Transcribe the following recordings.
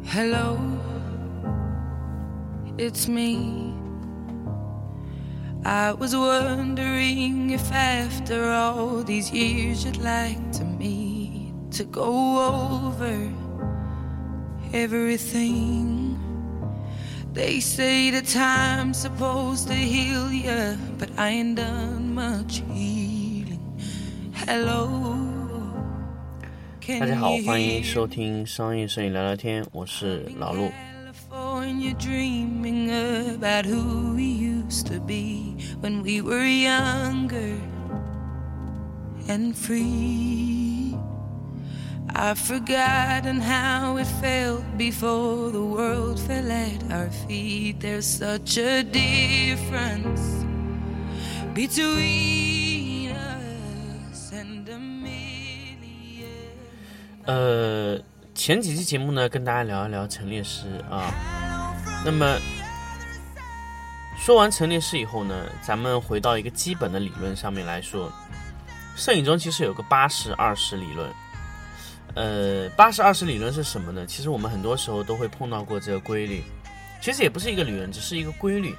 Hello, it's me. I was wondering if after all these years you'd like to meet to go over everything. They say the time's supposed to heal ya, but I ain't done much healing. Hello, 大家好，欢迎收听商业摄影聊聊天，我是老陆。 California dreaming about who we used to be when we were younger and free. I've forgotten how it felt before the world fell at our feet. There's such a difference between us and a million. 前几期节目呢，跟大家聊一聊陈列师啊。那么说完陈列师以后呢，咱们回到一个基本的理论上面来说，摄影中其实有个80-20理论。80-20理论是什么呢？其实我们很多时候都会碰到过这个规律，其实也不是一个理论，只是一个规律。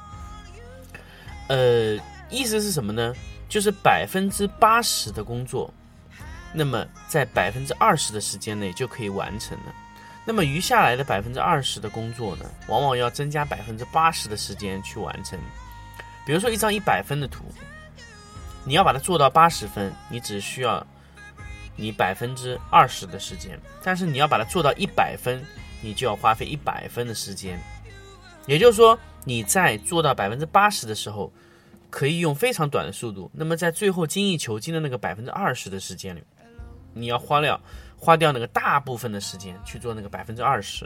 意思是什么呢？就是80%的工作，那么在20%的时间内就可以完成了。那么余下来的20%的工作呢，往往要增加80%的时间去完成。比如说一张100分的图，你要把它做到80分，你只需要你20%的时间，但是你要把它做到100分，你就要花费100分的时间。也就是说，你在做到80%的时候，可以用非常短的速度，那么在最后精益求精的那个20%的时间里，你要花掉那个大部分的时间去做那个20%。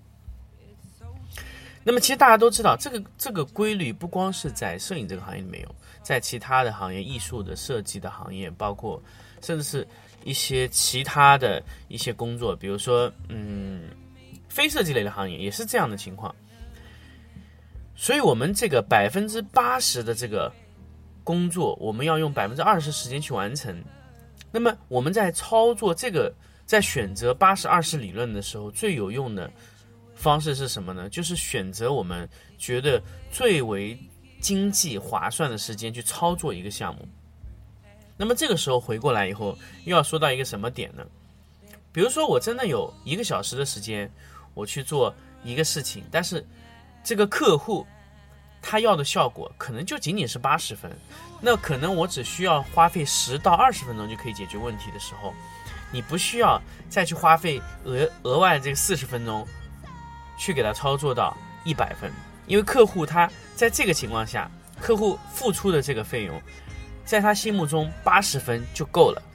那么其实大家都知道，这个规律不光是在摄影这个行业里面有，在其他的行业，艺术的设计的行业，包括甚至是一些其他的一些工作，比如说非设计类的行业也是这样的情况。所以我们这个80%的这个工作，我们要用20%时间去完成。那么我们在操作这个，在选择80-20理论的时候，最有用的方式是什么呢？就是选择我们觉得最为经济划算的时间去操作一个项目。那么这个时候回过来以后，又要说到一个什么点呢？比如说我真的有1个小时的时间，我去做一个事情，但是这个客户他要的效果可能就仅仅是80分，那可能我只需要花费10到20分钟就可以解决问题的时候，你不需要再去花费额外的这个40分钟去给他操作到100分，因为客户他在这个情况下，客户付出的这个费用在他心目中80分就够了。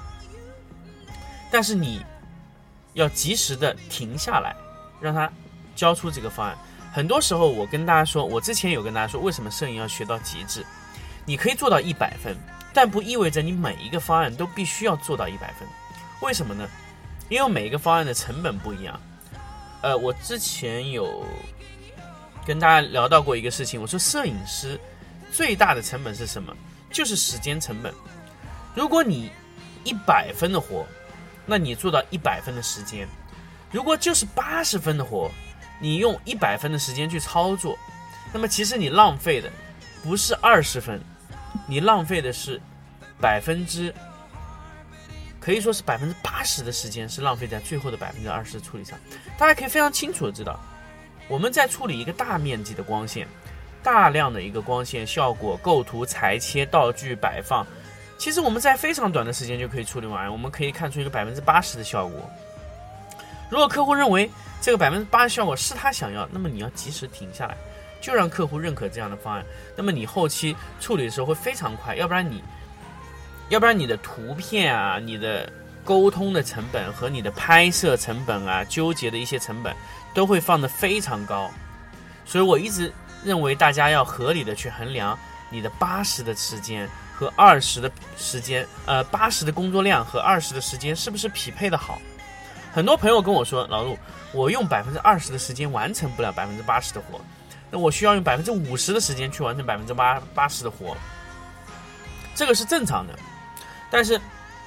但是你要及时的停下来，让他交出这个方案。很多时候我跟大家说，我之前有跟大家说，为什么摄影要学到极致？你可以做到100分，但不意味着你每一个方案都必须要做到100分。为什么呢？因为每一个方案的成本不一样。我之前有跟大家聊到过一个事情，我说摄影师最大的成本是什么？就是时间成本。如果你100分的活，那你做到100分的时间；如果就是80分的活，你用100分的时间去操作，那么其实你浪费的不是20分，你浪费的是可以说是80%的时间是浪费在最后的20%的处理上。大家可以非常清楚的知道，我们在处理一个大面积的光线，大量的一个光线效果、构图、裁切、道具摆放，其实我们在非常短的时间就可以处理完，我们可以看出一个80%的效果。如果客户认为这个80%效果是他想要，那么你要及时停下来，就让客户认可这样的方案，那么你后期处理的时候会非常快。要不然你的图片啊，你的沟通的成本和你的拍摄成本啊，纠结的一些成本都会放得非常高。所以我一直认为大家要合理的去衡量你的80的时间和20的时间，80的工作量和20的时间是不是匹配的好。很多朋友跟我说，老陆，我用20%的时间完成不了80%的活，那我需要用50%的时间去完成80%的活，这个是正常的。但是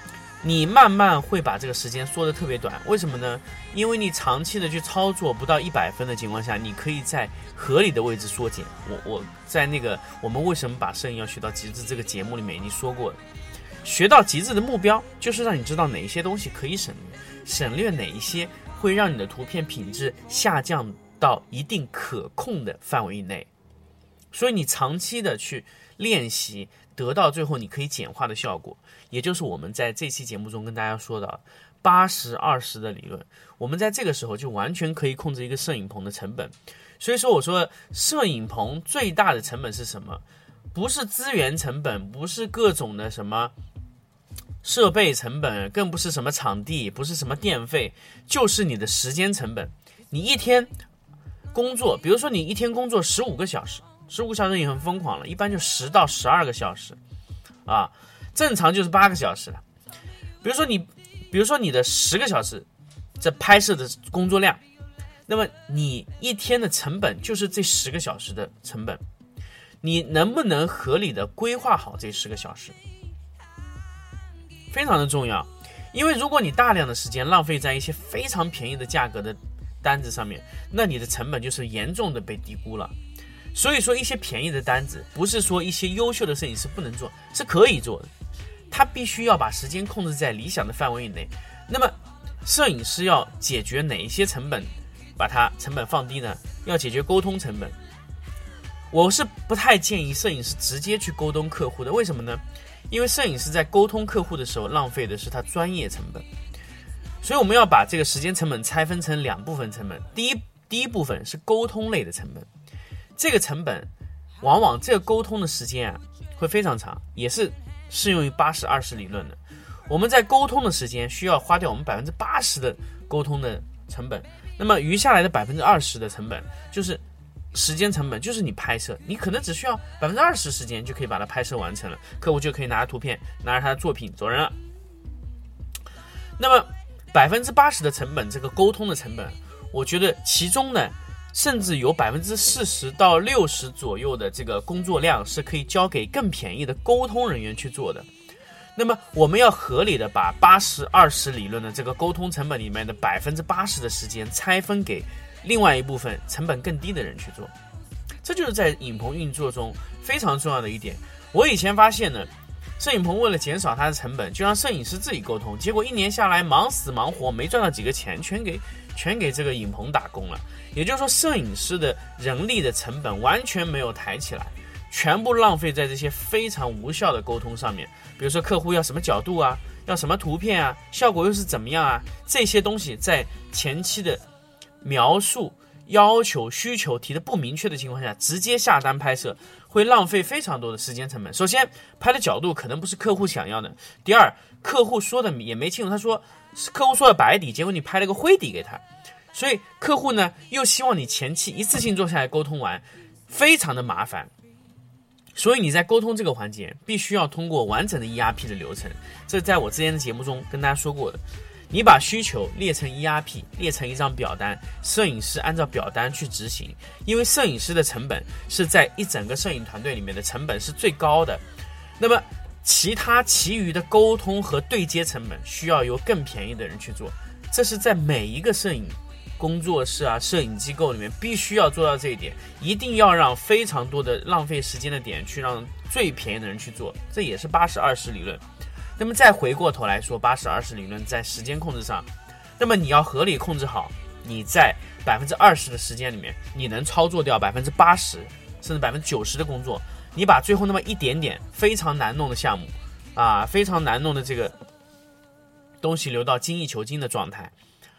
你慢慢会把这个时间缩得特别短。为什么呢？因为你长期的去操作不到100分的情况下，你可以在合理的位置缩减。我在那个我们为什么把摄影要学到极致这个节目里面已经说过了，学到极致的目标就是让你知道哪一些东西可以省略哪一些会让你的图片品质下降到一定可控的范围以内。所以你长期的去练习，得到最后你可以简化的效果，也就是我们在这期节目中跟大家说到80-20的理论。我们在这个时候就完全可以控制一个摄影棚的成本。所以说我说摄影棚最大的成本是什么？不是资源成本，不是各种的什么设备成本，更不是什么场地，不是什么电费，就是你的时间成本。你一天工作，比如说你一天工作15个小时，15个小时也很疯狂了，一般就10到12个小时啊，正常就是8个小时了。比如说你的10个小时这拍摄的工作量，那么你一天的成本就是这10个小时的成本。你能不能合理的规划好这10个小时，非常的重要。因为如果你大量的时间浪费在一些非常便宜的价格的单子上面，那你的成本就是严重的被低估了。所以说一些便宜的单子不是说一些优秀的摄影师不能做，是可以做的，他必须要把时间控制在理想的范围以内。那么摄影师要解决哪一些成本，把它成本放低呢？要解决沟通成本。我是不太建议摄影师直接去沟通客户的，为什么呢？因为摄影师在沟通客户的时候浪费的是他专业成本。所以我们要把这个时间成本拆分成2部分成本。第一部分是沟通类的成本，这个成本往往这个沟通的时间会非常长，也是适用于80-20理论的。我们在沟通的时间需要花掉我们80%的沟通的成本，那么余下来的20%的成本就是时间成本，就是你拍摄，你可能只需要20%时间就可以把它拍摄完成了，客户就可以拿着图片，拿着他的作品走人了。那么80%的成本，这个沟通的成本，我觉得其中呢，甚至有40%到60%左右的这个工作量是可以交给更便宜的沟通人员去做的。那么我们要合理的把80-20理论的这个沟通成本里面的80%的时间拆分给另外一部分成本更低的人去做，这就是在影棚运作中非常重要的一点。我以前发现呢，摄影棚为了减少它的成本，就让摄影师自己沟通，结果1年下来忙死忙活，没赚到几个钱，全给这个影棚打工了。也就是说，摄影师的人力的成本完全没有抬起来，全部浪费在这些非常无效的沟通上面。比如说客户要什么角度啊，要什么图片啊，效果又是怎么样啊，这些东西在前期的描述、要求、需求提的不明确的情况下，直接下单拍摄，会浪费非常多的时间成本。首先，拍的角度可能不是客户想要的；第二，客户说的也没清楚，客户说的白底，结果你拍了个灰底给他，所以客户呢又希望你前期一次性做下来沟通完，非常的麻烦。所以你在沟通这个环节必须要通过完整的 ERP 的流程，这在我之前的节目中跟大家说过的。你把需求列成 ERP， 列成一张表单，摄影师按照表单去执行。因为摄影师的成本是在一整个摄影团队里面的成本是最高的，那么其余的沟通和对接成本需要由更便宜的人去做。这是在每一个摄影工作室啊、摄影机构里面必须要做到这一点，一定要让非常多的浪费时间的点去让最便宜的人去做，这也是80-20理论。那么再回过头来说80-20理论在时间控制上，那么你要合理控制好，你在20%的时间里面，你能操作掉80%甚至90%的工作，你把最后那么一点点非常难弄的项目啊，非常难弄的这个东西留到精益求精的状态。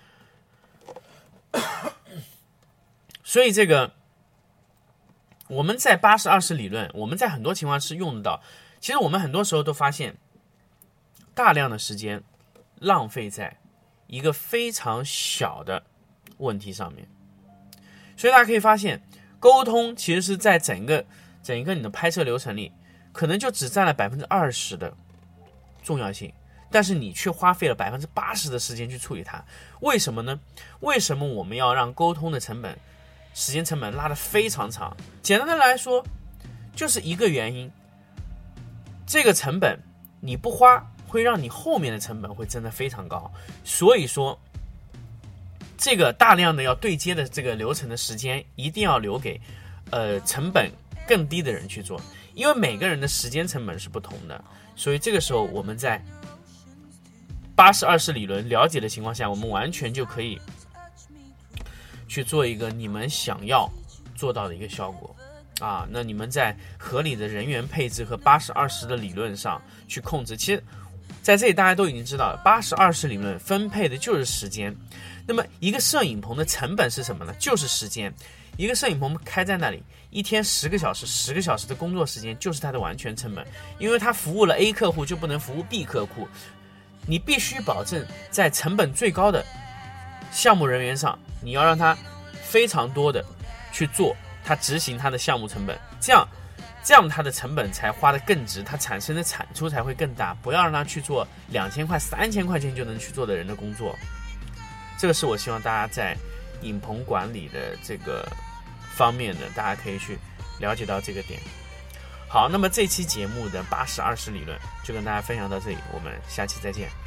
所以这个我们在80-20理论，我们在很多情况是用得到。其实我们很多时候都发现大量的时间浪费在一个非常小的问题上面，所以大家可以发现，沟通其实是在整一个你的拍摄流程里，可能就只占了20%的重要性，但是你却花费了80%的时间去处理它。为什么呢？为什么我们要让沟通的成本、时间成本拉得非常长？简单的来说，就是一个原因，这个成本你不花会让你后面的成本会增得非常高。所以说这个大量的要对接的这个流程的时间一定要留给成本更低的人去做，因为每个人的时间成本是不同的。所以这个时候我们在80-20理论了解的情况下，我们完全就可以去做一个你们想要做到的一个效果啊。那你们在合理的人员配置和80-20的理论上去控制，其实在这里大家都已经知道了，80-20理论分配的就是时间。那么一个摄影棚的成本是什么呢？就是时间。一个摄影棚开在那里，一天10个小时，10个小时的工作时间就是它的完全成本。因为它服务了 A 客户，就不能服务 B 客户，你必须保证在成本最高的项目人员上，你要让他非常多的去做，他执行他的项目成本，这样他的成本才花得更值，他产生的产出才会更大。不要让他去做2000块、3000块钱就能去做的人的工作。这个是我希望大家在影棚管理的这个方面的，大家可以去了解到这个点。好，那么这期节目的80-20理论就跟大家分享到这里，我们下期再见。